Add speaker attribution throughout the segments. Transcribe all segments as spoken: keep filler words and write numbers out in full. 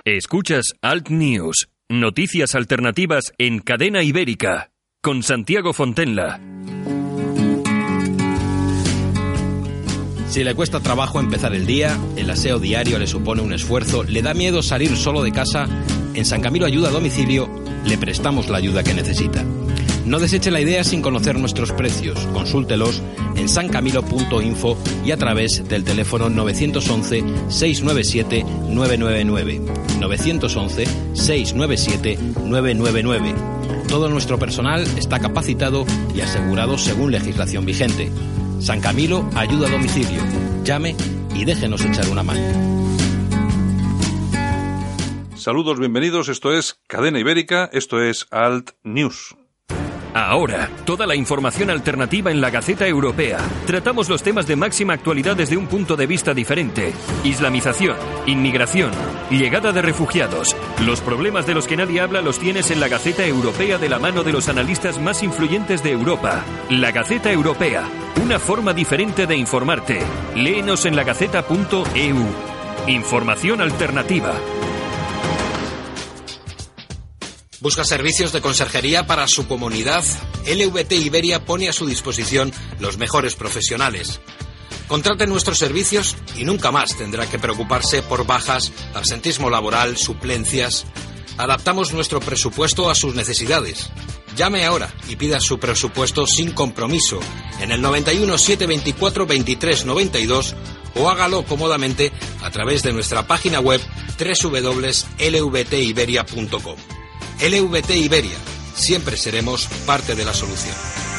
Speaker 1: Escuchas Alt News, noticias alternativas en Cadena Ibérica, con Santiago Fontenla.
Speaker 2: Si le cuesta trabajo empezar el día, el aseo diario le supone un esfuerzo, le da miedo salir solo de casa, en San Camilo Ayuda a Domicilio le prestamos la ayuda que necesita. No deseche la idea sin conocer nuestros precios. Consúltelos en san camilo punto info y a través del teléfono nueve once, seis nueve siete, nueve nueve nueve. nueve once, seis nueve siete, nueve nueve nueve. Todo nuestro personal está capacitado y asegurado según legislación vigente. San Camilo Ayuda a Domicilio. Llame y déjenos echar una mano.
Speaker 3: Saludos, bienvenidos. Esto es Cadena Ibérica, esto es Alt News.
Speaker 1: Ahora, toda la información alternativa en la Gaceta Europea. Tratamos los temas de máxima actualidad desde un punto de vista diferente. Islamización, inmigración, llegada de refugiados. Los problemas de los que nadie habla los tienes en la Gaceta Europea de la mano de los analistas más influyentes de Europa. La Gaceta Europea, una forma diferente de informarte. Léenos en lagaceta punto e u. Información alternativa.
Speaker 2: ¿Busca servicios de conserjería para su comunidad? L V T Iberia pone a su disposición los mejores profesionales. Contrate nuestros servicios y nunca más tendrá que preocuparse por bajas, absentismo laboral, suplencias. Adaptamos nuestro presupuesto a sus necesidades. Llame ahora y pida su presupuesto sin compromiso en el noventa y uno, setecientos veinticuatro, veintitrés noventa y dos o hágalo cómodamente a través de nuestra página web doble u doble u doble u punto l v t iberia punto com. L V T Iberia, siempre seremos parte de la solución.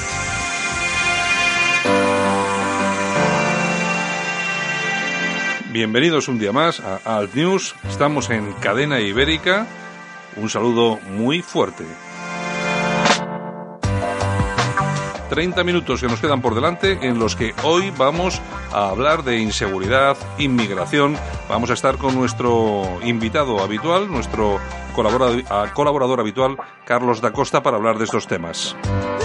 Speaker 3: Bienvenidos un día más a Alt News. Estamos en Cadena Ibérica. Un saludo muy fuerte. treinta minutos que nos quedan por delante en los que hoy vamos a hablar de inseguridad, inmigración. Vamos a estar con nuestro invitado habitual, nuestro colaborador, colaborador habitual, Carlos da Costa, para hablar de estos temas.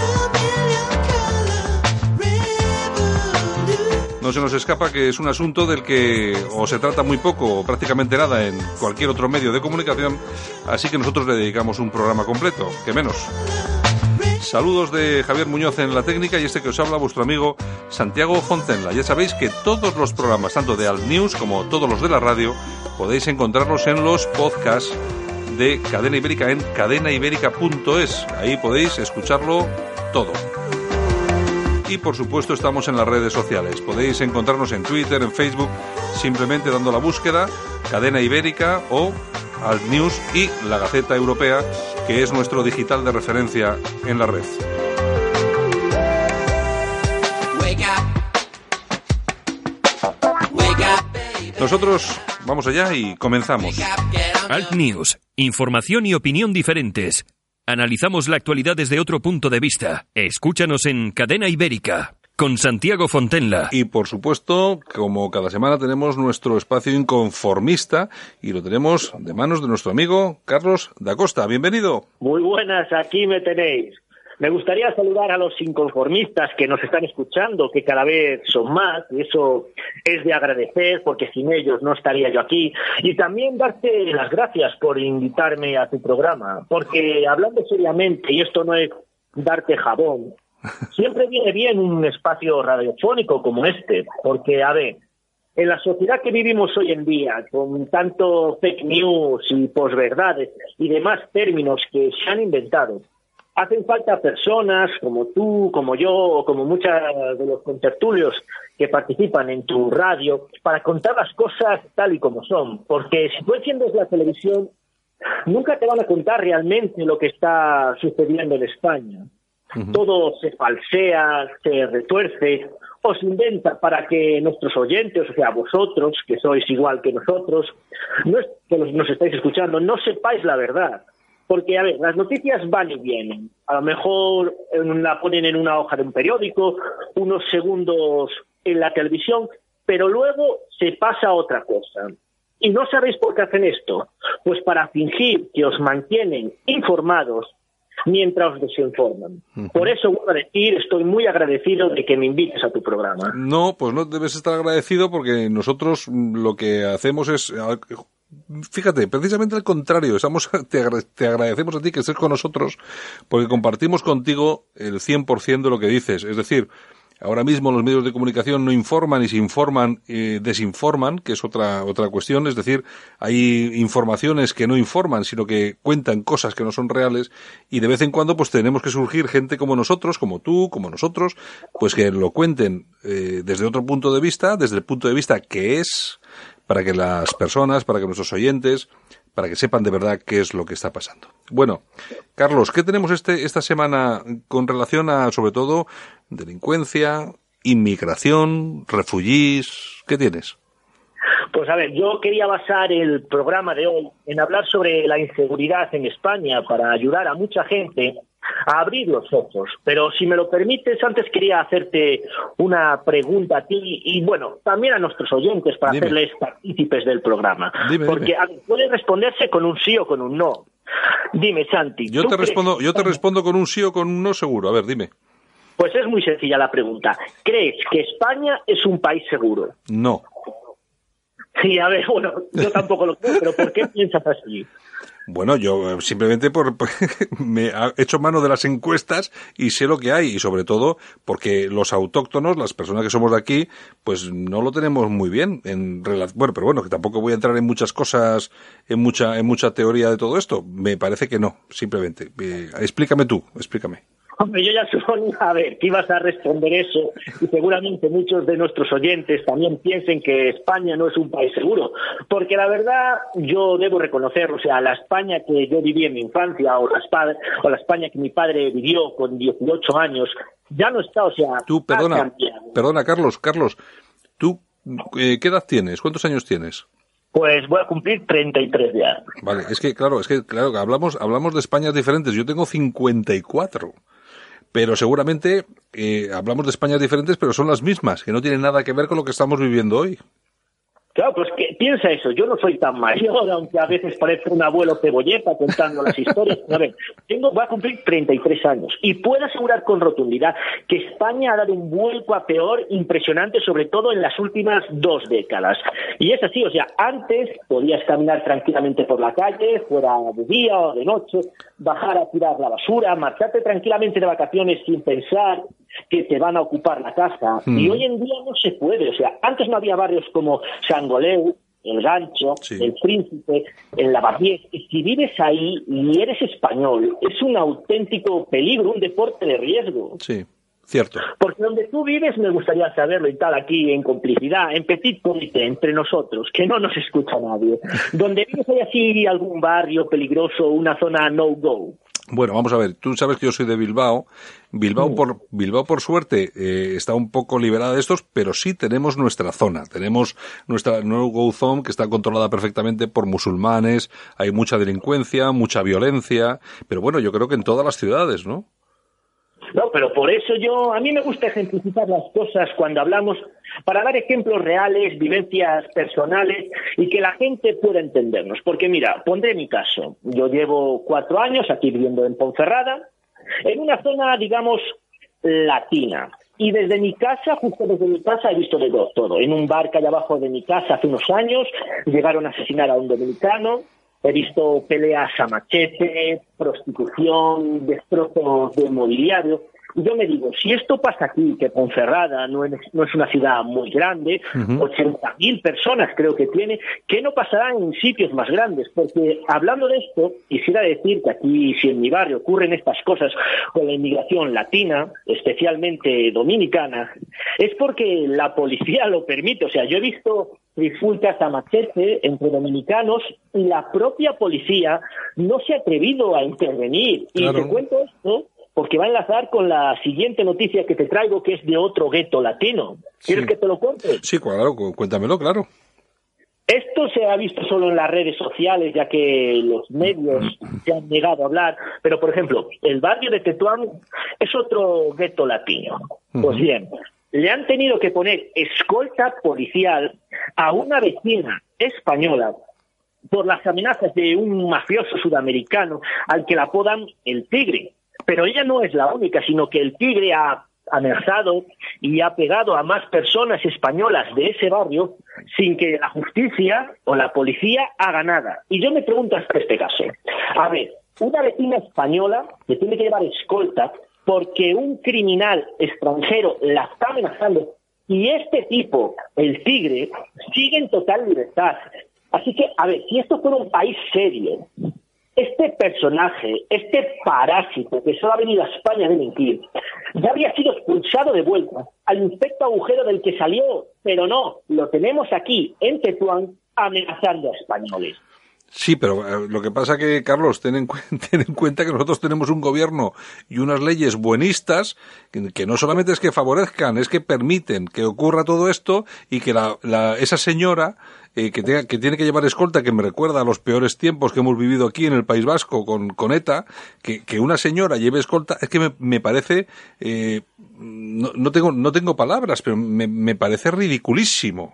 Speaker 3: No se nos escapa que es un asunto del que o se trata muy poco o prácticamente nada en cualquier otro medio de comunicación, así que nosotros le dedicamos un programa completo, que menos. Saludos de Javier Muñoz en la técnica y este que os habla, vuestro amigo Santiago Fontenla. Ya sabéis que todos los programas, tanto de Alt News como todos los de la radio, podéis encontrarlos en los podcasts de Cadena Ibérica en cadena ibérica punto es. Ahí podéis escucharlo todo. Y por supuesto estamos en las redes sociales. Podéis encontrarnos en Twitter, en Facebook, simplemente dando la búsqueda Cadena Ibérica o Alt News y la Gaceta Europea, que es nuestro digital de referencia en la red. Nosotros vamos allá y comenzamos.
Speaker 1: Alt News, información y opinión diferentes. Analizamos la actualidad desde otro punto de vista. Escúchanos en Cadena Ibérica, con Santiago Fontenla.
Speaker 3: Y por supuesto, como cada semana tenemos nuestro espacio inconformista y lo tenemos de manos de nuestro amigo Carlos da Costa. Bienvenido.
Speaker 4: Muy buenas, aquí me tenéis. Me gustaría saludar a los inconformistas que nos están escuchando, que cada vez son más, y eso es de agradecer, porque sin ellos no estaría yo aquí. Y también darte las gracias por invitarme a tu programa, porque hablando seriamente, y esto no es darte jabón, siempre viene bien un espacio radiofónico como este, porque, a ver, en la sociedad que vivimos hoy en día, con tanto fake news y posverdades y demás términos que se han inventado, hacen falta personas como tú, como yo, o como muchos de los contertulios que participan en tu radio, para contar las cosas tal y como son. Porque si tú enciendes la televisión, nunca te van a contar realmente lo que está sucediendo en España. Uh-huh. Todo se falsea, se retuerce o se inventa para que nuestros oyentes, o sea, vosotros, que sois igual que nosotros, no es, que nos, nos estáis escuchando, no sepáis la verdad. Porque, a ver, las noticias van y vienen. A lo mejor la ponen en una hoja de un periódico, unos segundos en la televisión, pero luego se pasa a otra cosa. ¿Y no sabéis por qué hacen esto? Pues para fingir que os mantienen informados mientras os desinforman. Uh-huh. Por eso, vuelvo a decir, estoy muy agradecido de que me invites a tu programa.
Speaker 3: No, pues no debes estar agradecido porque nosotros lo que hacemos es fíjate, precisamente al contrario, estamos, te, agra- te agradecemos a ti que estés con nosotros porque compartimos contigo el cien por ciento de lo que dices. Es decir, ahora mismo los medios de comunicación no informan y se informan, eh, desinforman, que es otra otra cuestión. Es decir, hay informaciones que no informan, sino que cuentan cosas que no son reales, y de vez en cuando pues tenemos que surgir gente como nosotros, como tú, como nosotros, pues que lo cuenten eh, desde otro punto de vista, desde el punto de vista que es, para que las personas, para que nuestros oyentes, para que sepan de verdad qué es lo que está pasando. Bueno, Carlos, ¿qué tenemos este esta semana con relación a, sobre todo, delincuencia, inmigración, refugiés? ¿Qué tienes?
Speaker 4: Pues a ver, yo quería basar el programa de hoy en hablar sobre la inseguridad en España para ayudar a mucha gente a abrir los ojos. Pero si me lo permites, antes quería hacerte una pregunta a ti y, bueno, también a nuestros oyentes para
Speaker 3: Dime.
Speaker 4: hacerles partícipes del programa.
Speaker 3: Dime,
Speaker 4: Porque
Speaker 3: dime.
Speaker 4: a ver, puede responderse con un sí o con un no. Dime, Santi.
Speaker 3: Yo
Speaker 4: ¿tú
Speaker 3: te
Speaker 4: crees
Speaker 3: respondo,
Speaker 4: que
Speaker 3: yo te
Speaker 4: España-
Speaker 3: respondo con un sí o con un no seguro. A ver, dime.
Speaker 4: Pues es muy sencilla la pregunta. ¿Crees que España es un país seguro?
Speaker 3: No.
Speaker 4: Sí, a ver, bueno, yo tampoco lo creo, pero ¿por qué piensas así?
Speaker 3: Bueno, yo eh, simplemente por, por- me he hecho mano de las encuestas y sé lo que hay, y sobre todo porque los autóctonos, las personas que somos de aquí, pues no lo tenemos muy bien en rela- bueno, pero bueno, que tampoco voy a entrar en muchas cosas, en mucha en mucha teoría de todo esto. Me parece que no, simplemente. Eh, explícame tú, explícame.
Speaker 4: Hombre, yo ya suponía, a ver, que ibas a responder eso, y seguramente muchos de nuestros oyentes también piensen que España no es un país seguro, porque la verdad yo debo reconocer, o sea, la España que yo viví en mi infancia, o la, Espa- o la España que mi padre vivió con dieciocho años, ya no está, o sea,
Speaker 3: Tú,
Speaker 4: ha
Speaker 3: perdona,
Speaker 4: cambiado.
Speaker 3: perdona, Carlos, Carlos, tú, eh, ¿qué edad tienes? ¿Cuántos años tienes?
Speaker 4: Pues voy a cumplir treinta y tres ya.
Speaker 3: Vale, es que claro, es que claro, que hablamos hablamos de Españas diferentes. Yo tengo cincuenta y cuatro. Pero seguramente eh, hablamos de Españas diferentes, pero son las mismas, que no tienen nada que ver con lo que estamos viviendo hoy.
Speaker 4: Claro, pues que piensa eso, yo no soy tan mayor, aunque a veces parezco un abuelo cebolleta contando las historias. A ver, tengo, voy a cumplir treinta y tres años y puedo asegurar con rotundidad que España ha dado un vuelco a peor impresionante, sobre todo en las últimas dos décadas. Y es así, o sea, antes podías caminar tranquilamente por la calle, fuera de día o de noche, bajar a tirar la basura, marcharte tranquilamente de vacaciones sin pensar que te van a ocupar la casa. Mm. Y hoy en día no se puede. O sea, antes no había barrios como Sangoleu, El Gancho, sí. El Príncipe, el Lavapiés. Y si vives ahí y eres español, es un auténtico peligro, un deporte de riesgo.
Speaker 3: Sí, cierto.
Speaker 4: Porque donde tú vives me gustaría saberlo y tal, aquí en complicidad, en petit comité, entre nosotros, que no nos escucha nadie. Donde vives hay así algún barrio peligroso, una zona no-go.
Speaker 3: Bueno, vamos a ver, tú sabes que yo soy de Bilbao. Bilbao, mm. por Bilbao por suerte, eh, está un poco liberada de estos, pero sí tenemos nuestra zona. Tenemos nuestra no-go zone que está controlada perfectamente por musulmanes, hay mucha delincuencia, mucha violencia, pero bueno, yo creo que en todas las ciudades, ¿no?
Speaker 4: No, pero por eso yo, a mí me gusta ejemplificar las cosas cuando hablamos, para dar ejemplos reales, vivencias personales y que la gente pueda entendernos. Porque mira, pondré mi caso. Yo llevo cuatro años aquí viviendo en Ponferrada, en una zona, digamos, latina. Y desde mi casa, justo desde mi casa, he visto de todo. En un bar que hay abajo de mi casa hace unos años, llegaron a asesinar a un dominicano. He visto peleas a machete, prostitución, destrozos de mobiliario. Y yo me digo, si esto pasa aquí, que Ponferrada no es, no es una ciudad muy grande, uh-huh. ochenta mil personas creo que tiene, ¿qué no pasará en sitios más grandes? Porque hablando de esto, quisiera decir que aquí, si en mi barrio ocurren estas cosas con la inmigración latina, especialmente dominicana, es porque la policía lo permite. O sea, yo he visto trifulcas a machete entre dominicanos y la propia policía no se ha atrevido a intervenir.
Speaker 3: Claro.
Speaker 4: Y te cuento esto porque va a enlazar con la siguiente noticia que te traigo, que es de otro gueto latino. ¿Quieres
Speaker 3: sí.
Speaker 4: que te lo cuente?
Speaker 3: Sí, claro, cuéntamelo, claro.
Speaker 4: Esto se ha visto solo en las redes sociales, ya que los medios se han negado a hablar. Pero, por ejemplo, el barrio de Tetuán es otro gueto latino. Uh-huh. Pues bien, le han tenido que poner escolta policial a una vecina española por las amenazas de un mafioso sudamericano al que la apodan el Tigre. Pero ella no es la única, sino que el Tigre ha amenazado y ha pegado a más personas españolas de ese barrio sin que la justicia o la policía haga nada. Y yo me pregunto hasta este caso. A ver, una vecina española que tiene que llevar escolta porque un criminal extranjero la está amenazando y este tipo, el Tigre, sigue en total libertad. Así que, a ver, si esto fuera un país serio, este personaje, este parásito que solo ha venido a España a delinquir, ya habría sido expulsado de vuelta al infecto agujero del que salió, pero no, lo tenemos aquí, en Tetuán, amenazando a españoles.
Speaker 3: Sí, pero eh, lo que pasa que, Carlos, ten en, cu- ten en cuenta que nosotros tenemos un gobierno y unas leyes buenistas que, que no solamente es que favorezcan, es que permiten que ocurra todo esto y que la, la, esa señora eh, que, tenga, que tiene que llevar escolta, que me recuerda a los peores tiempos que hemos vivido aquí en el País Vasco con, con ETA, que, que una señora lleve escolta, es que me, me parece, eh, no, no tengo no tengo palabras, pero me, me parece ridiculísimo.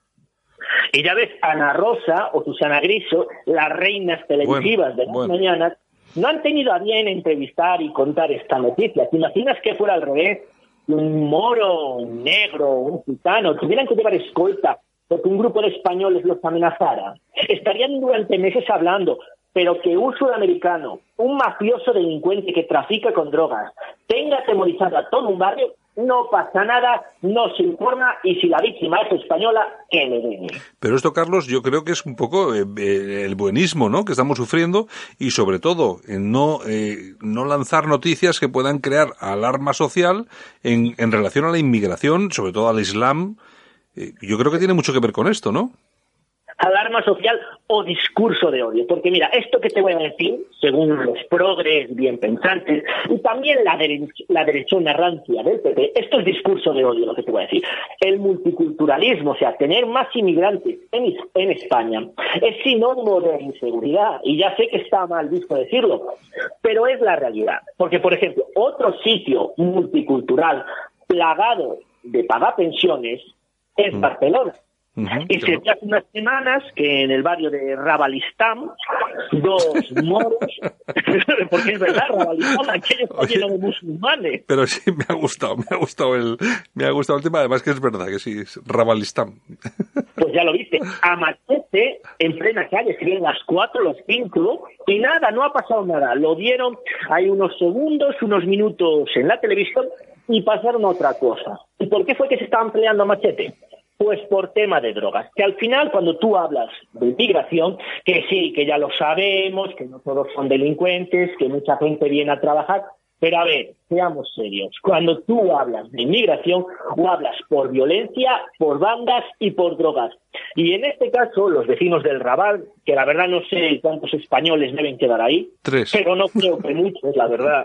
Speaker 4: Y ya ves, Ana Rosa o Susana Griso, las reinas televisivas bueno, de las bueno. mañanas, no han tenido a bien entrevistar y contar esta noticia. ¿Te imaginas que fuera al revés? Un moro, un negro, un gitano, tuvieran que llevar escolta porque un grupo de españoles los amenazara. Estarían durante meses hablando, pero que un sudamericano, un mafioso delincuente que trafica con drogas, tenga atemorizado a todo un barrio, no pasa nada, no se informa y si la víctima es española, que le den.
Speaker 3: Pero esto, Carlos, yo creo que es un poco eh, eh, el buenismo, ¿no?, que estamos sufriendo y sobre todo en no eh, no lanzar noticias que puedan crear alarma social en, en relación a la inmigración, sobre todo al Islam. Eh, yo creo que tiene mucho que ver con esto, ¿no?
Speaker 4: Alarma social o discurso de odio. Porque mira, esto que te voy a decir, según los progres bien pensantes, y también la, dere la derechona rancia del P P, esto es discurso de odio lo que te voy a decir. El multiculturalismo, o sea, tener más inmigrantes en, en España, es sinónimo de inseguridad. Y ya sé que está mal visto decirlo, pero es la realidad. Porque, por ejemplo, otro sitio multicultural plagado de pagapensiones es mm. Barcelona. Uh-huh, y se hace unas semanas que en el barrio de Rabalistán, dos moros, porque es verdad, Rabalistán, aquello está lleno de musulmanes.
Speaker 3: Pero sí, me ha gustado, me ha gustado el, me ha gustado el tema, además que es verdad, que sí, es Rabalistán.
Speaker 4: Pues ya lo viste, a machete, en plena calle, serían las cuatro, los cinco, y nada, no ha pasado nada, lo dieron, hay unos segundos, unos minutos en la televisión, y pasaron a otra cosa. ¿Y por qué fue que se estaban peleando a machete? Pues por tema de drogas, que al final cuando tú hablas de inmigración, que sí, que ya lo sabemos, que no todos son delincuentes, que mucha gente viene a trabajar, pero a ver, seamos serios, cuando tú hablas de inmigración, o hablas por violencia, por bandas y por drogas. Y en este caso, los vecinos del Raval, que la verdad no sé cuántos españoles deben quedar ahí, Tres. pero no creo que muchos, la verdad.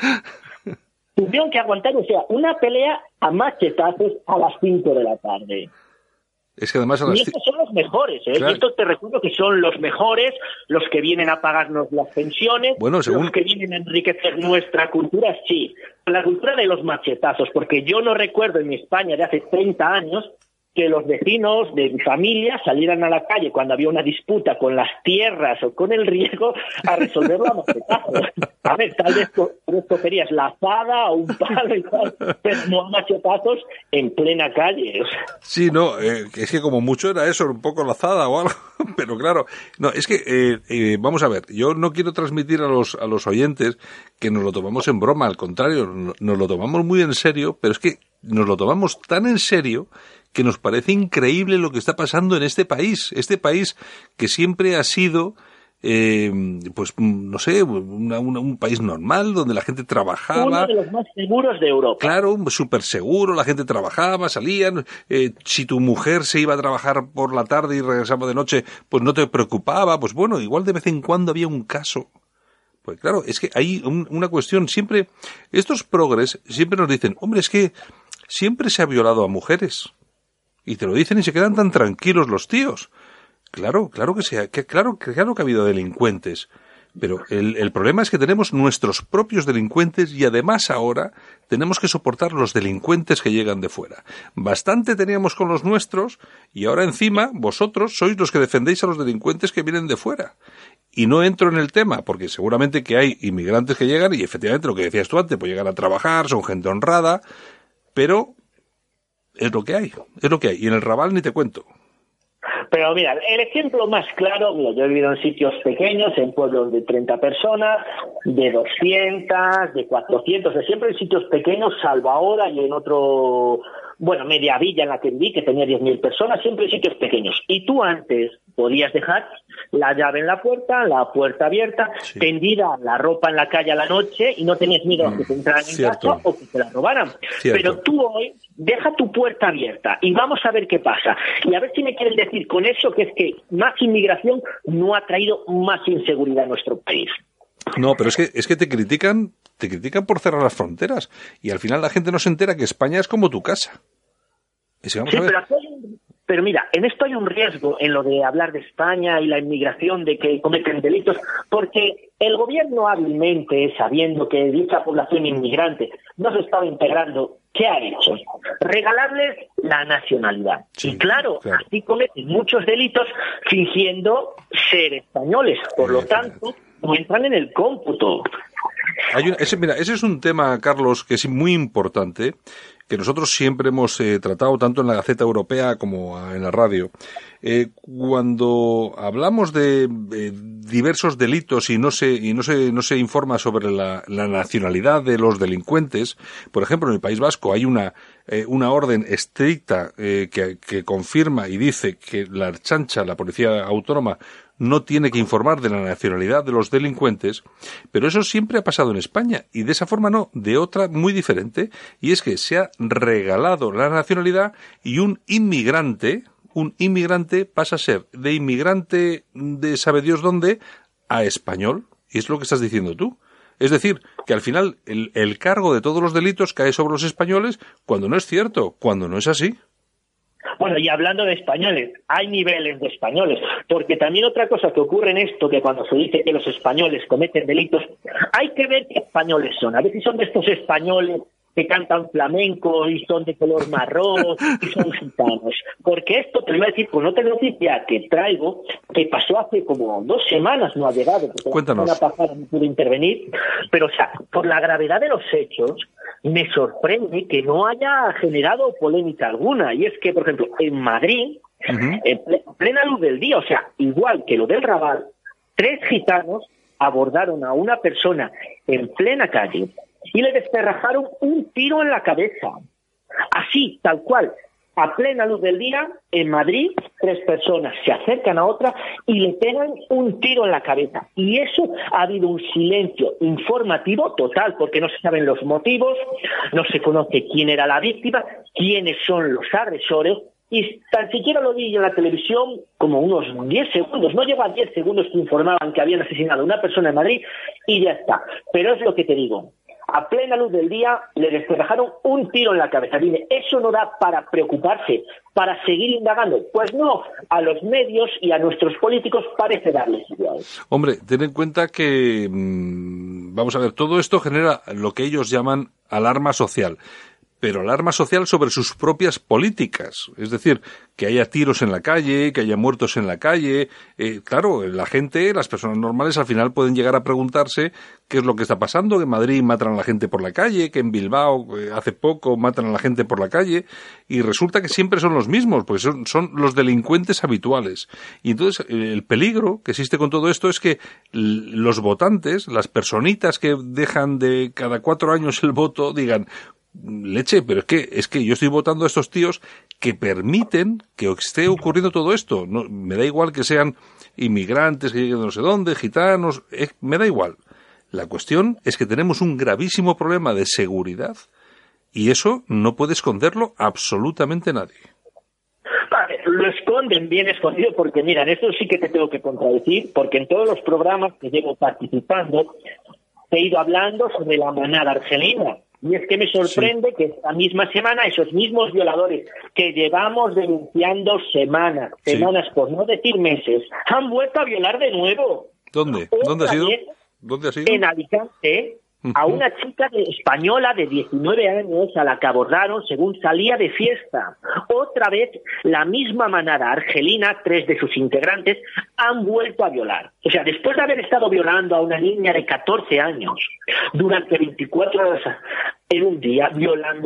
Speaker 4: Tuvieron que aguantar, o sea, una pelea a machetazos a las cinco de la tarde.
Speaker 3: Es que además a las
Speaker 4: y estos son los mejores, ¿eh? Claro. Estos te recuerdo que son los mejores, los que vienen a pagarnos las pensiones, bueno, según... los que vienen a enriquecer nuestra cultura, sí. La cultura de los machetazos, porque yo no recuerdo en mi España de hace treinta años que los vecinos de mi familia salieran a la calle cuando había una disputa con las tierras o con el riego a resolverlo a machetazos. A ver, tal vez tú escogerías la azada o un palo y tal, pero no a machetazos en plena calle. O sea.
Speaker 3: Sí, no, eh, es que como mucho era eso, un poco la azada o algo, pero claro, no, es que, eh, eh, vamos a ver, yo no quiero transmitir a los, a los oyentes que nos lo tomamos en broma, al contrario, nos lo tomamos muy en serio, pero es que nos lo tomamos tan en serio que nos parece increíble lo que está pasando en este país, este país que siempre ha sido, eh, pues, no sé, una, una, un país normal, donde la gente trabajaba.
Speaker 4: Uno de los más seguros de Europa.
Speaker 3: Claro, súper seguro, la gente trabajaba, salían, eh, si tu mujer se iba a trabajar por la tarde y regresaba de noche, pues no te preocupaba, pues bueno, igual de vez en cuando había un caso. Pues claro, es que hay un, una cuestión, siempre, estos progres siempre nos dicen, hombre, es que siempre se ha violado a mujeres. Y te lo dicen y se quedan tan tranquilos los tíos. Claro, claro que sea, que claro, claro que ha habido delincuentes. Pero el, el problema es que tenemos nuestros propios delincuentes y además ahora tenemos que soportar los delincuentes que llegan de fuera. Bastante teníamos con los nuestros y ahora encima vosotros sois los que defendéis a los delincuentes que vienen de fuera. Y no entro en el tema, porque seguramente que hay inmigrantes que llegan y efectivamente lo que decías tú antes, pues llegan a trabajar, son gente honrada. pero es lo que hay, es lo que hay. Y en el Raval ni te cuento.
Speaker 4: Pero mira, el ejemplo más claro, mira, yo he vivido en sitios pequeños, en pueblos de treinta personas, de doscientas, de cuatrocientos, de siempre en sitios pequeños, salvo ahora y en otro, bueno, media villa en la que viví, que tenía diez mil personas, siempre en sitios pequeños. Y tú antes podías dejar la llave en la puerta, la puerta abierta, sí. tendida la ropa en la calle a la noche y no tenías miedo a que te entraran en casa o que te la robaran. Cierto. Pero tú hoy deja tu puerta abierta y vamos a ver qué pasa. Y a ver si me quieren decir con eso que es que más inmigración no ha traído más inseguridad a nuestro país.
Speaker 3: No, pero es que es que te critican, te critican por cerrar las fronteras y al final la gente no se entera que España es como tu casa. Y si vamos
Speaker 4: sí,
Speaker 3: a ver...
Speaker 4: pero aquí hay un... Pero mira, en esto hay un riesgo en lo de hablar de España y la inmigración, de que cometen delitos, porque el gobierno hábilmente, sabiendo que dicha población inmigrante no se estaba integrando, ¿qué ha hecho? Regalarles la nacionalidad. Sí, y claro, claro, así cometen muchos delitos fingiendo ser españoles. Por lo tanto, no entran en el cómputo.
Speaker 3: Hay un, ese, mira, ese es un tema, Carlos, que es muy importante, que nosotros siempre hemos eh, tratado tanto en la Gaceta Europea como en la radio. Eh, cuando hablamos de eh, diversos delitos y no se y no se no se informa sobre la, la nacionalidad de los delincuentes, por ejemplo, en el País Vasco hay una eh, una orden estricta eh, que, que confirma y dice que la Ertzaintza, la Policía Autónoma, no tiene que informar de la nacionalidad de los delincuentes, pero eso siempre ha pasado en España, y de esa forma no, de otra muy diferente, y es que se ha regalado la nacionalidad y un inmigrante, un inmigrante pasa a ser de inmigrante de sabe Dios dónde a español, y es lo que estás diciendo tú. Es decir, que al final el, el cargo de todos los delitos cae sobre los españoles cuando no es cierto, cuando no es así.
Speaker 4: Bueno, y hablando de españoles, hay niveles de españoles, porque también otra cosa que ocurre en esto, que cuando se dice que los españoles cometen delitos, hay que ver qué españoles son. A ver si son de estos españoles que cantan flamenco y son de color marrón y son gitanos. Porque esto te lo iba a decir con otra noticia que traigo, que pasó hace como dos semanas, no ha llegado, porque
Speaker 3: Cuéntanos.
Speaker 4: la semana pasada no pude intervenir, pero o sea, por la gravedad de los hechos, me sorprende que no haya generado polémica alguna. Y es que, por ejemplo, en Madrid, uh-huh. en plena luz del día, o sea, igual que lo del Raval, tres gitanos abordaron a una persona en plena calle y le descerrajaron un tiro en la cabeza. Así, tal cual, a plena luz del día, en Madrid, tres personas se acercan a otra y le pegan un tiro en la cabeza. Y eso ha habido un silencio informativo total, porque no se saben los motivos, no se conoce quién era la víctima, quiénes son los agresores, y tan siquiera lo vi en la televisión como unos diez segundos, no lleva diez segundos que informaban que habían asesinado a una persona en Madrid y ya está. Pero es lo que te digo. A plena luz del día le descerrajaron un tiro en la cabeza. Dime, ¿eso no da para preocuparse, para seguir indagando? Pues no, a los medios y a nuestros políticos parece darles igual.
Speaker 3: Hombre, ten en cuenta que, mmm, vamos a ver, todo esto genera lo que ellos llaman alarma social. Pero alarma social sobre sus propias políticas. Es decir, que haya tiros en la calle, que haya muertos en la calle. Eh, claro, la gente, las personas normales, al final pueden llegar a preguntarse qué es lo que está pasando, que en Madrid matan a la gente por la calle, que en Bilbao eh, hace poco matan a la gente por la calle, y resulta que siempre son los mismos, porque son, son los delincuentes habituales. Y entonces el peligro que existe con todo esto es que los votantes, las personitas que dejan de cada cuatro años el voto, digan: leche, pero es que es que yo estoy votando a estos tíos que permiten que esté ocurriendo todo esto. No, me da igual que sean inmigrantes, que lleguen de no sé dónde, gitanos, eh, me da igual. La cuestión es que tenemos un gravísimo problema de seguridad y eso no puede esconderlo absolutamente nadie.
Speaker 4: Vale, lo esconden bien escondido porque, mira, en esto sí que te tengo que contradecir, porque en todos los programas que llevo participando he ido hablando sobre la manada argelina. Y es que me sorprende sí. que esta misma semana esos mismos violadores que llevamos denunciando semanas, semanas sí. por no decir meses, han vuelto a violar de nuevo.
Speaker 3: ¿Dónde? ¿Dónde ha sido? ¿Dónde ha sido?
Speaker 4: En Alicante, uh-huh. a una chica de, española de diecinueve años a la que abordaron según salía de fiesta. Otra vez, la misma manada argelina, tres de sus integrantes, han vuelto a violar. O sea, después de haber estado violando a una niña de catorce años durante veinticuatro horas en un día, violándola,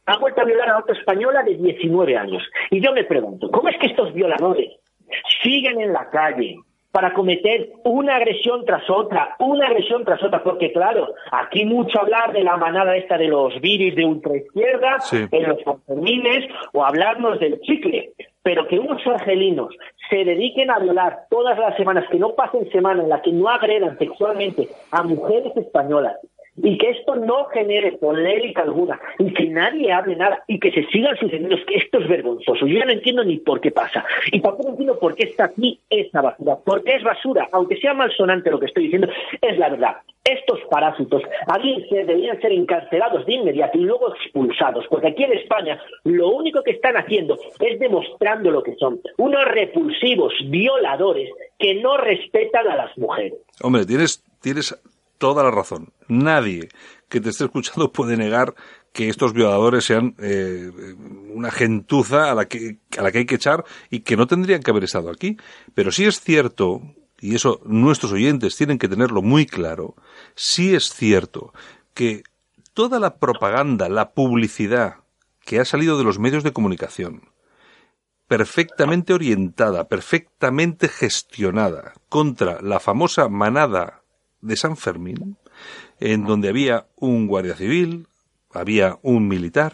Speaker 4: ha vuelto a violar a otra española de diecinueve años. Y yo me pregunto, ¿cómo es que estos violadores siguen en la calle para cometer una agresión tras otra, una agresión tras otra? Porque claro, aquí mucho hablar de la manada esta de los viris de ultraizquierda, sí, en los Sanfermines, o hablarnos del chicle, pero que unos argelinos se dediquen a violar todas las semanas, que no pasen semana en la que no agredan sexualmente a mujeres españolas, y que esto no genere polémica alguna, y que nadie hable nada, y que se sigan sucediendo, es que esto es vergonzoso. Yo ya no entiendo ni por qué pasa, y tampoco entiendo por qué está aquí esa basura, porque es basura, aunque sea malsonante lo que estoy diciendo, es la verdad. Estos parásitos deberían ser encarcelados de inmediato y luego expulsados, porque aquí en España lo único que están haciendo es demostrando lo que son, unos repulsivos violadores que no respetan a las mujeres.
Speaker 3: Hombre, tienes, tienes toda la razón. Nadie que te esté escuchando puede negar que estos violadores sean eh, una gentuza a la que a la que hay que echar y que no tendrían que haber estado aquí. Pero sí es cierto, y eso nuestros oyentes tienen que tenerlo muy claro, sí es cierto que toda la propaganda, la publicidad que ha salido de los medios de comunicación, perfectamente orientada, perfectamente gestionada contra la famosa manada de San Fermín, en donde había un guardia civil, había un militar,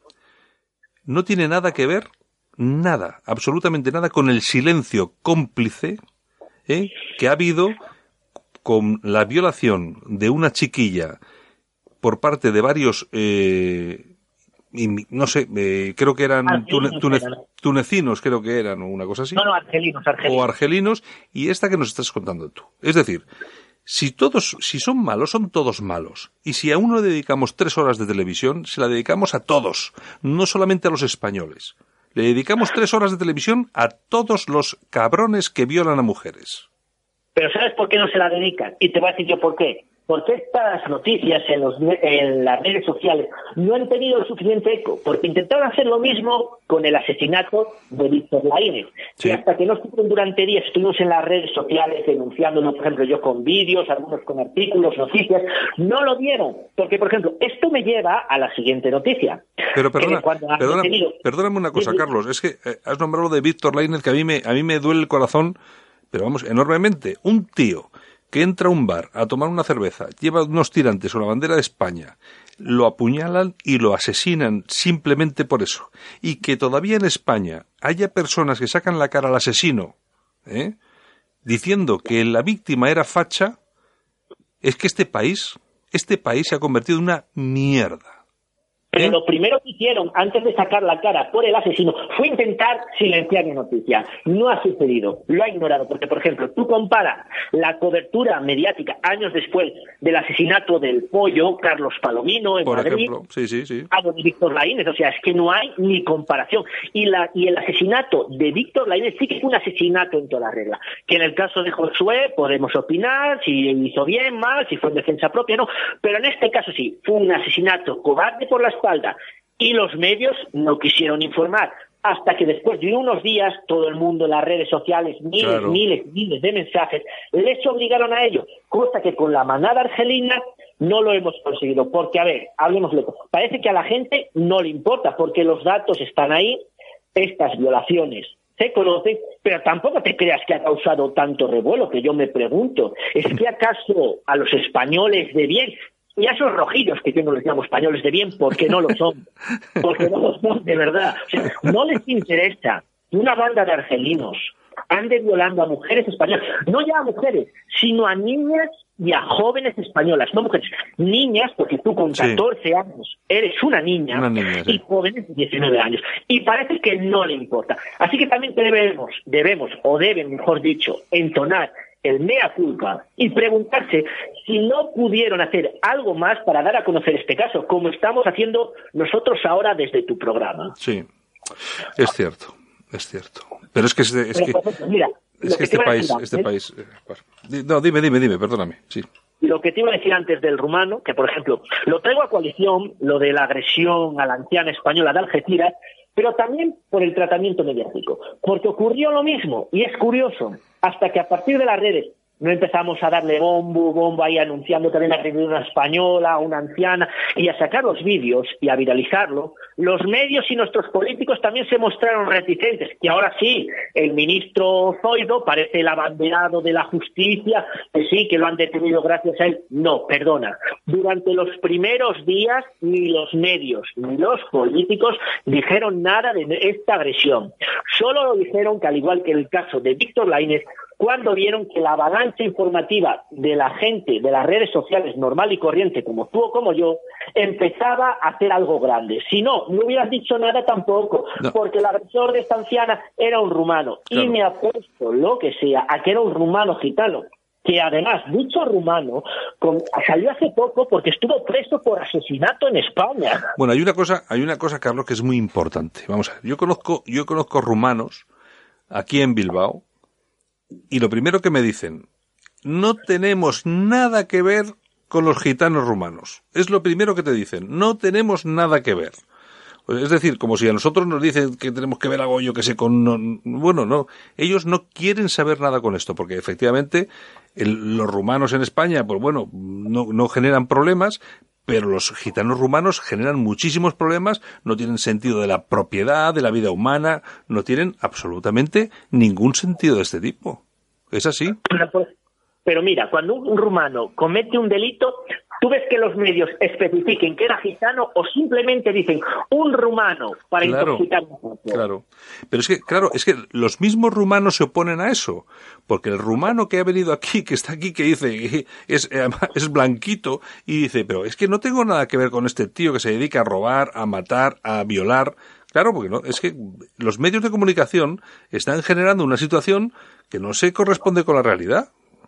Speaker 3: no tiene nada que ver, nada, absolutamente nada, con el silencio cómplice ¿eh? que ha habido con la violación de una chiquilla por parte de varios, eh, no sé, eh, creo que eran tune, tune, tunecinos, creo que eran, o una cosa así.
Speaker 4: No, no, argelinos, argelinos.
Speaker 3: O argelinos, y esta que nos estás contando tú. Es decir, si todos, si son malos, son todos malos. Y si a uno le dedicamos tres horas de televisión, se la dedicamos a todos, no solamente a los españoles. Le dedicamos tres horas de televisión a todos los cabrones que violan a mujeres.
Speaker 4: Pero ¿sabes por qué no se la dedican? Y te voy a decir yo por qué. Porque estas noticias en, los, en las redes sociales no han tenido el suficiente eco, porque intentaron hacer lo mismo con el asesinato de Víctor Laínez. Sí. Y hasta que no estuvieron durante días, estuvimos en las redes sociales denunciándolo, por ejemplo, yo con vídeos, algunos con artículos, noticias, no lo dieron. Porque, por ejemplo, esto me lleva a la siguiente noticia.
Speaker 3: Pero perdona, perdona tenido... perdóname una cosa, sí, Carlos, es que eh, has nombrado de Víctor Laínez, que a mí me, a mí me duele el corazón, pero vamos, enormemente. Un tío que entra a un bar a tomar una cerveza, lleva unos tirantes con la bandera de España, lo apuñalan y lo asesinan simplemente por eso. Y que todavía en España haya personas que sacan la cara al asesino, ¿eh? diciendo que la víctima era facha, es que este país, este país se ha convertido en una mierda.
Speaker 4: Pero ¿Eh? lo primero que hicieron, antes de sacar la cara por el asesino, fue intentar silenciar la noticia. No ha sucedido, lo ha ignorado. Porque, por ejemplo, tú comparas la cobertura mediática años después del asesinato del pollo, Carlos Palomino, en
Speaker 3: por
Speaker 4: Madrid,
Speaker 3: ejemplo. Sí, sí, sí.
Speaker 4: a de Víctor Laínez. O sea, es que no hay ni comparación. Y, la, y el asesinato de Víctor Laínez sí que fue un asesinato en toda la regla. Que en el caso de Josué podemos opinar si hizo bien, mal, si fue en defensa propia, no. Pero en este caso sí, fue un asesinato cobarde por las espalda, y los medios no quisieron informar, hasta que después de unos días todo el mundo en las redes sociales, miles, claro. miles, miles de mensajes, les obligaron a ello, cosa que con la manada argelina no lo hemos conseguido, porque a ver, hablemoslo, parece que a la gente no le importa, porque los datos están ahí, estas violaciones se conocen, pero tampoco te creas que ha causado tanto revuelo, que yo me pregunto, ¿es que acaso a los españoles de bien, y a esos rojillos, que yo no les llamo españoles de bien, porque no lo son, porque no lo son de verdad, o sea, no les interesa que una banda de argelinos ande violando a mujeres españolas, no ya a mujeres, sino a niñas y a jóvenes españolas, no mujeres, niñas, porque tú con catorce sí. años eres una niña,
Speaker 3: una niña sí.
Speaker 4: y jóvenes de diecinueve años, y parece que no le importa. Así que también debemos, debemos, o deben, mejor dicho, entonar el mea culpa y preguntarse si no pudieron hacer algo más para dar a conocer este caso, como estamos haciendo nosotros ahora desde tu programa.
Speaker 3: Sí, es cierto, es cierto. Pero es que, es, es
Speaker 4: Pero,
Speaker 3: que,
Speaker 4: ejemplo, mira,
Speaker 3: es que este país, antes, este país... No, dime, dime, dime, perdóname, sí.
Speaker 4: Lo que te iba a decir antes del rumano, que por ejemplo, lo traigo a coalición, lo de la agresión a la anciana española de Algeciras, pero también por el tratamiento mediático, porque ocurrió lo mismo, y es curioso, hasta que a partir de las redes No empezamos a darle bombo, bombo ahí anunciando también a una española, una anciana, y a sacar los vídeos y a viralizarlo. Los medios y nuestros políticos también se mostraron reticentes, que ahora sí, el ministro Zoido parece el abanderado de la justicia, que sí, que lo han detenido gracias a él. No, perdona. Durante los primeros días, ni los medios ni los políticos dijeron nada de esta agresión. Solo lo dijeron que, al igual que el caso de Víctor Lainez, cuando vieron que la avalancha informativa de la gente de las redes sociales normal y corriente, como tú o como yo, empezaba a hacer algo grande. Si no, no hubieras dicho nada tampoco, no. Porque el agresor de esta anciana era un rumano. Claro. Y me apuesto lo que sea a que era un rumano gitano, que además, dicho rumano, con, salió hace poco porque estuvo preso por asesinato en España.
Speaker 3: Bueno, hay una cosa, hay una cosa, Carlos, que es muy importante. Vamos a ver, yo conozco, yo conozco rumanos aquí en Bilbao, y lo primero que me dicen, no tenemos nada que ver con los gitanos rumanos. Es lo primero que te dicen, no tenemos nada que ver. Es decir, como si a nosotros nos dicen que tenemos que ver algo, yo que sé, con... No, bueno, no, ellos no quieren saber nada con esto, porque efectivamente el, los rumanos en España, pues bueno, no, no generan problemas, pero los gitanos rumanos generan muchísimos problemas, no tienen sentido de la propiedad, de la vida humana, no tienen absolutamente ningún sentido de este tipo. ¿Es así?
Speaker 4: Pero mira, cuando un rumano comete un delito, tú ves que los medios especifiquen que era gitano o simplemente dicen un rumano para
Speaker 3: claro,
Speaker 4: intoxicar un poco.
Speaker 3: Claro, pero es que, claro, es que los mismos rumanos se oponen a eso, porque el rumano que ha venido aquí, que está aquí, que dice, es, es blanquito, y dice, pero es que no tengo nada que ver con este tío que se dedica a robar, a matar, a violar. Claro, porque no, es que los medios de comunicación están generando una situación que no se corresponde con la realidad.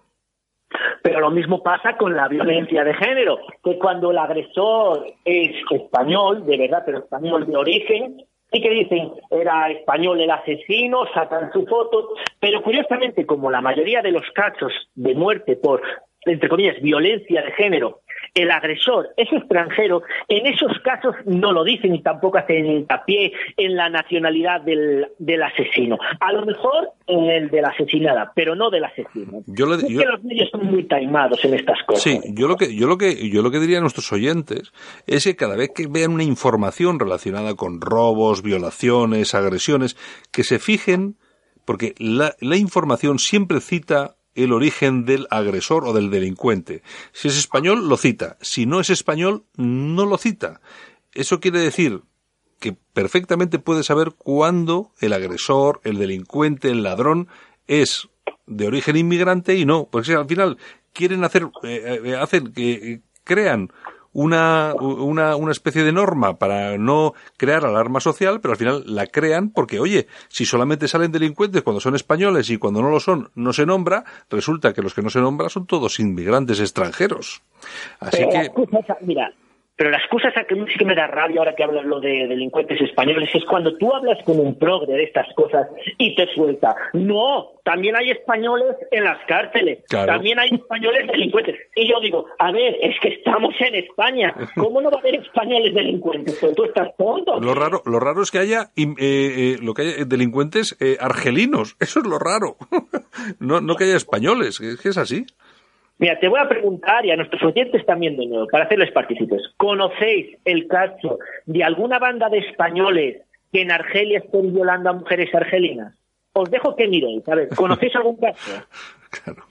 Speaker 4: Pero lo mismo pasa con la violencia de género, que cuando el agresor es español, de verdad, pero español de origen, y que dicen, era español el asesino, sacan su foto, pero curiosamente, como la mayoría de los casos de muerte por, entre comillas, violencia de género, el agresor es extranjero, en esos casos no lo dicen y tampoco hacen hincapié en la nacionalidad del, del asesino. A lo mejor en el de la asesinada, pero no del asesino.
Speaker 3: Yo le,
Speaker 4: es
Speaker 3: yo,
Speaker 4: que los medios son muy taimados en estas cosas.
Speaker 3: Sí, yo lo que yo lo que yo lo que diría a nuestros oyentes es que cada vez que vean una información relacionada con robos, violaciones, agresiones, que se fijen, porque la, la información siempre cita el origen del agresor o del delincuente. Si es español, lo cita. Si no es español, no lo cita. Eso quiere decir que perfectamente puede saber cuándo el agresor, el delincuente, el ladrón es de origen inmigrante y no. Porque al final quieren hacer, eh, hacen que eh, crean una, una, una especie de norma para no crear alarma social, pero al final la crean porque, oye, si solamente salen delincuentes cuando son españoles y cuando no lo son no se nombra, resulta que los que no se nombran son todos inmigrantes extranjeros. Así
Speaker 4: pero
Speaker 3: que...
Speaker 4: La excusa, mira, pero la excusa esa que sí que me da rabia ahora que hablas lo de delincuentes españoles es cuando tú hablas con un progre de estas cosas y te suelta. No, también hay españoles en las cárceles, claro. También hay españoles delincuentes. Y yo digo, a ver, es que estamos en España, ¿cómo no va a haber españoles delincuentes? Pero tú estás tonto.
Speaker 3: Lo raro, lo raro es que haya, eh, eh, lo que haya delincuentes eh, argelinos, eso es lo raro. no, no que haya españoles, es que es así.
Speaker 4: Mira, te voy a preguntar, y a nuestros oyentes también de nuevo, para hacerles partícipes. ¿Conocéis el caso de alguna banda de españoles que en Argelia estén violando a mujeres argelinas? Os dejo que miréis. A ver, ¿conocéis algún caso?
Speaker 3: Claro.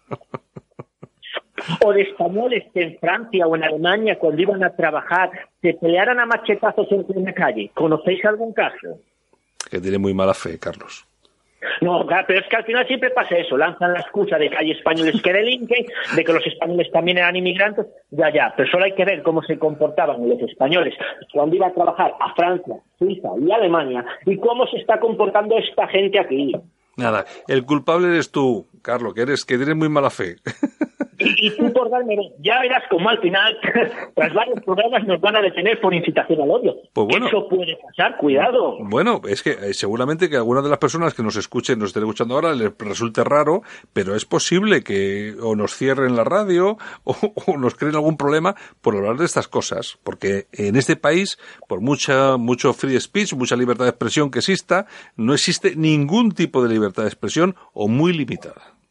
Speaker 4: O de españoles que en Francia o en Alemania, cuando iban a trabajar, se pelearan a machetazos en una calle. ¿Conocéis algún caso?
Speaker 3: Que tiene muy mala fe, Carlos.
Speaker 4: No, pero es que al final siempre pasa eso, lanzan la excusa de que hay españoles que delinquen, de que los españoles también eran inmigrantes, ya, ya, pero solo hay que ver cómo se comportaban los españoles cuando iban a trabajar a Francia, Suiza y Alemania, y cómo se está comportando esta gente aquí.
Speaker 3: Nada, el culpable eres tú, Carlos, que eres, que tienes muy mala fe.
Speaker 4: Y, y tú por darme, ya verás como al final, tras varios programas nos van a detener por incitación al odio.
Speaker 3: Pues bueno,
Speaker 4: eso puede pasar, cuidado.
Speaker 3: Bueno, es que eh, seguramente que algunas de las personas que nos escuchen, nos estén escuchando ahora, les resulte raro, pero es posible que o nos cierren la radio o, o nos creen algún problema por hablar de estas cosas, porque en este país, por mucha mucho free speech, mucha libertad de expresión que exista, no existe ningún tipo de libertad de expresión o muy limitada.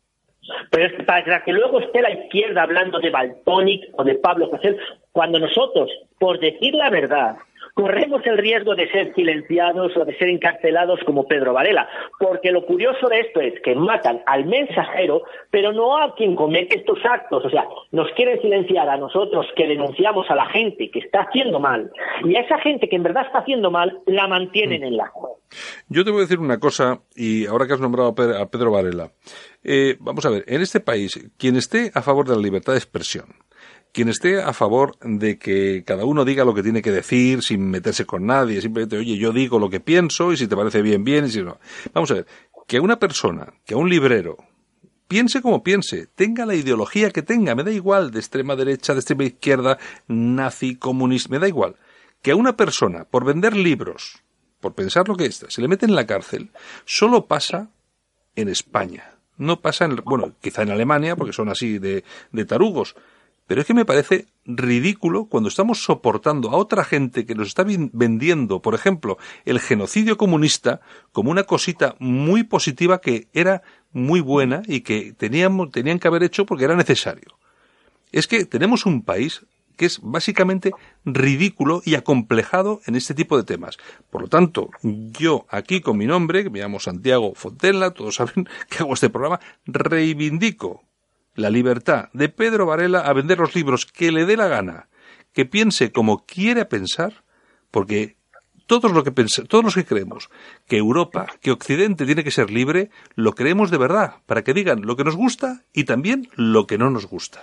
Speaker 4: Pero es para que luego esté la izquierda hablando de Valtònyc o de Pablo Hasél, cuando nosotros, por decir la verdad, corremos el riesgo de ser silenciados o de ser encarcelados como Pedro Varela, porque lo curioso de esto es que matan al mensajero, pero no a quien comete estos actos. O sea, nos quieren silenciar a nosotros que denunciamos a la gente que está haciendo mal, y a esa gente que en verdad está haciendo mal la mantienen en la juega.
Speaker 3: Yo te voy a decir una cosa, y ahora que has nombrado a Pedro Varela, eh, vamos a ver, en este país, quien esté a favor de la libertad de expresión, quien esté a favor de que cada uno diga lo que tiene que decir sin meterse con nadie, simplemente, oye, yo digo lo que pienso y si te parece bien, bien, y si no. Vamos a ver, que una persona, que un librero, piense como piense, tenga la ideología que tenga, me da igual, de extrema derecha, de extrema izquierda, nazi, comunista, me da igual. Que a una persona, por vender libros, por pensar lo que es, se le mete en la cárcel, solo pasa en España. No pasa en, bueno, quizá en Alemania, porque son así de, de tarugos. Pero es que me parece ridículo cuando estamos soportando a otra gente que nos está vendiendo, por ejemplo, el genocidio comunista como una cosita muy positiva que era muy buena y que teníamos, tenían que haber hecho porque era necesario. Es que tenemos un país que es básicamente ridículo y acomplejado en este tipo de temas. Por lo tanto, yo aquí con mi nombre, que me llamo Santiago Fontella, todos saben que hago este programa, reivindico la libertad de Pedro Varela a vender los libros que le dé la gana, que piense como quiere pensar, porque todos los que pens- todos los que creemos que Europa, que Occidente tiene que ser libre, lo creemos de verdad, para que digan lo que nos gusta y también lo que no nos gusta.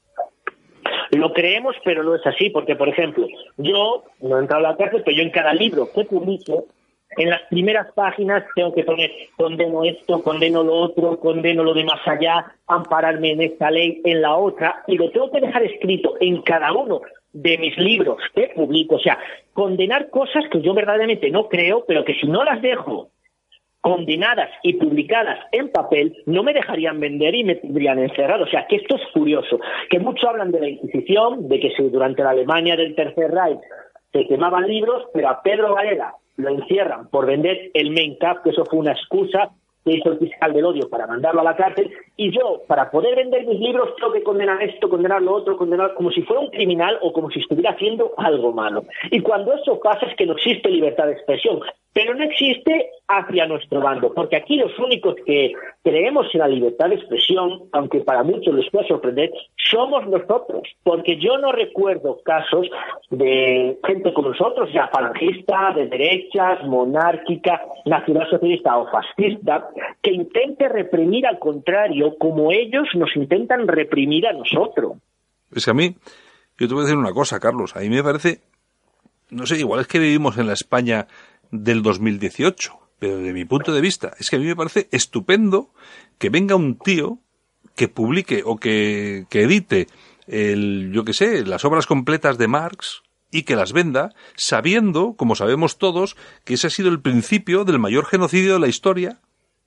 Speaker 4: Lo creemos, pero no es así, porque, por ejemplo, yo no he entrado a la cárcel, pero yo en cada libro que publico, en las primeras páginas tengo que poner condeno esto, condeno lo otro, condeno lo de más allá, ampararme en esta ley, en la otra, y lo tengo que dejar escrito en cada uno de mis libros que publico. O sea, condenar cosas que yo verdaderamente no creo, pero que si no las dejo condenadas y publicadas en papel, no me dejarían vender y me tendrían encerrado. O sea, que esto es curioso, que muchos hablan de la Inquisición, de que si durante la Alemania del Tercer Reich se quemaban libros, pero a Pedro Varela lo encierran por vender el Mein Kampf, que eso fue una excusa que hizo el fiscal del odio para mandarlo a la cárcel, y yo, para poder vender mis libros, tengo que condenar esto, condenar lo otro, condenar como si fuera un criminal o como si estuviera haciendo algo malo. Y cuando eso pasa es que no existe libertad de expresión, pero no existe hacia nuestro bando, porque aquí los únicos que creemos en la libertad de expresión, aunque para muchos les pueda sorprender, somos nosotros, porque yo no recuerdo casos de gente como nosotros, ya falangista, de derechas, monárquica, nacionalsocialista o fascista, que intente reprimir al contrario, como ellos nos intentan reprimir a nosotros.
Speaker 3: Es que a mí, yo te voy a decir una cosa, Carlos, a mí me parece, no sé, igual es que vivimos en la España del dos mil dieciocho, pero desde mi punto de vista, es que a mí me parece estupendo que venga un tío que publique o que, que edite el, yo qué sé, las obras completas de Marx y que las venda, sabiendo, como sabemos todos, que ese ha sido el principio del mayor genocidio de la historia.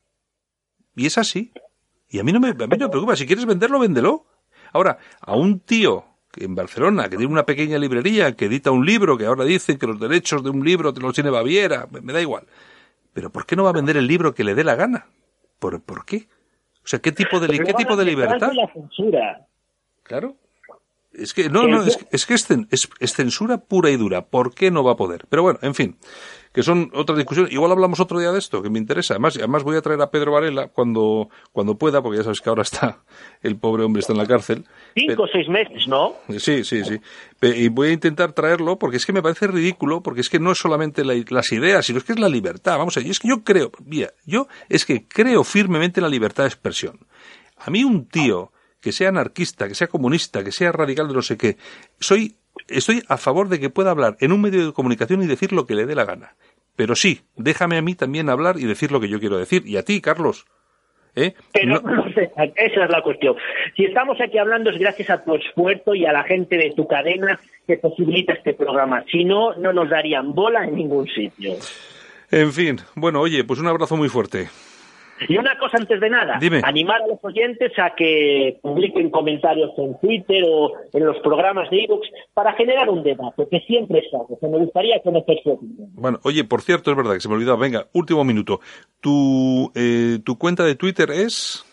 Speaker 3: Y es así. Y a mí no me, a mí no me preocupa. Si quieres venderlo, véndelo. Ahora, a un tío en Barcelona que tiene una pequeña librería, que edita un libro, que ahora dicen que los derechos de un libro te los tiene Baviera, me, me da igual. Pero ¿por qué no va a vender el libro que le dé la gana? ¿Por, por qué? O sea, ¿qué tipo de, ¿qué tipo de libertad?
Speaker 4: La censura.
Speaker 3: Claro. Es que no, no, es, es que es, es, es censura pura y dura. ¿Por qué no va a poder? Pero bueno, en fin, que son otras discusiones. Igual hablamos otro día de esto, que me interesa. Además, además voy a traer a Pedro Varela cuando, cuando pueda, porque ya sabes que ahora está, el pobre hombre está en la cárcel.
Speaker 4: Cinco o seis meses, ¿no?
Speaker 3: Sí, sí, sí. Y voy a intentar traerlo porque es que me parece ridículo, porque es que no es solamente la, las ideas, sino es que es la libertad. Vamos a ver, y es que yo creo, mira, yo es que creo firmemente en la libertad de expresión. A mí un tío que sea anarquista, que sea comunista, que sea radical de no sé qué, soy, estoy a favor de que pueda hablar en un medio de comunicación y decir lo que le dé la gana. Pero sí, déjame a mí también hablar y decir lo que yo quiero decir. Y a ti, Carlos. ¿Eh?
Speaker 4: Pero
Speaker 3: no...
Speaker 4: no sé, esa es la cuestión. Si estamos aquí hablando es gracias a tu esfuerzo y a la gente de tu cadena que posibilita este programa. Si no, no nos darían bola en ningún sitio.
Speaker 3: En fin, bueno, oye, pues un abrazo muy fuerte.
Speaker 4: Y una cosa antes de nada,
Speaker 3: Dime.
Speaker 4: Animar a los oyentes a que publiquen comentarios en Twitter o en los programas de iVoox para generar un debate, que siempre está, que me gustaría conocer su opinión.
Speaker 3: Bueno, oye, por cierto, es verdad que se me olvidaba, venga, último minuto. ¿Tu, eh, tu cuenta de Twitter es?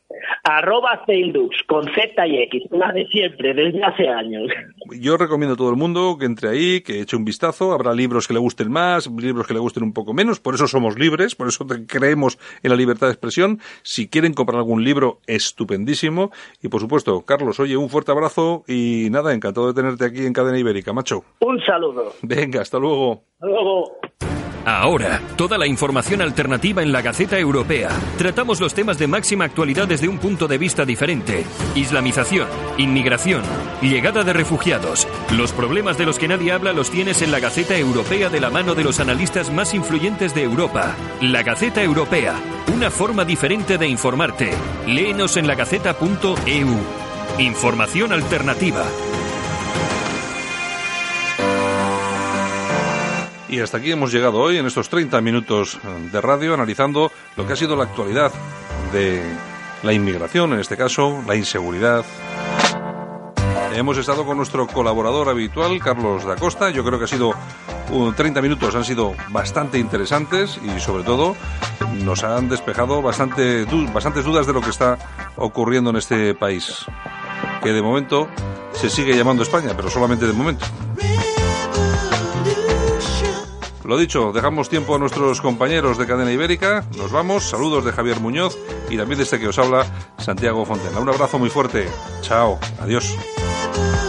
Speaker 4: Arroba Ceildux, con Z y X, la de siempre, desde hace años.
Speaker 3: Yo recomiendo a todo el mundo que entre ahí, que eche un vistazo. Habrá libros que le gusten más, libros que le gusten un poco menos. Por eso somos libres, por eso creemos en la libertad de expresión. Si quieren comprar algún libro, estupendísimo. Y por supuesto, Carlos, oye, un fuerte abrazo y nada, encantado de tenerte aquí en Cadena Ibérica, macho.
Speaker 4: Un saludo.
Speaker 3: Venga, hasta luego.
Speaker 4: Hasta luego.
Speaker 1: Ahora, toda la información alternativa en la Gaceta Europea. Tratamos los temas de máxima actualidad desde un punto de vista diferente. Islamización, inmigración, llegada de refugiados. Los problemas de los que nadie habla los tienes en la Gaceta Europea de la mano de los analistas más influyentes de Europa. La Gaceta Europea, una forma diferente de informarte. Léenos en lagaceta punto e u. Información alternativa.
Speaker 3: Y hasta aquí hemos llegado hoy en estos treinta minutos de radio analizando lo que ha sido la actualidad de la inmigración, en este caso, la inseguridad. Hemos estado con nuestro colaborador habitual, Carlos da Costa. Yo creo que ha sido uh, treinta minutos, han sido bastante interesantes y sobre todo nos han despejado bastante, du- bastantes dudas de lo que está ocurriendo en este país, que de momento se sigue llamando España, pero solamente de momento. Lo dicho, dejamos tiempo a nuestros compañeros de Cadena Ibérica. Nos vamos. Saludos de Javier Muñoz y también de este que os habla, Santiago Fontena. Un abrazo muy fuerte. Chao. Adiós.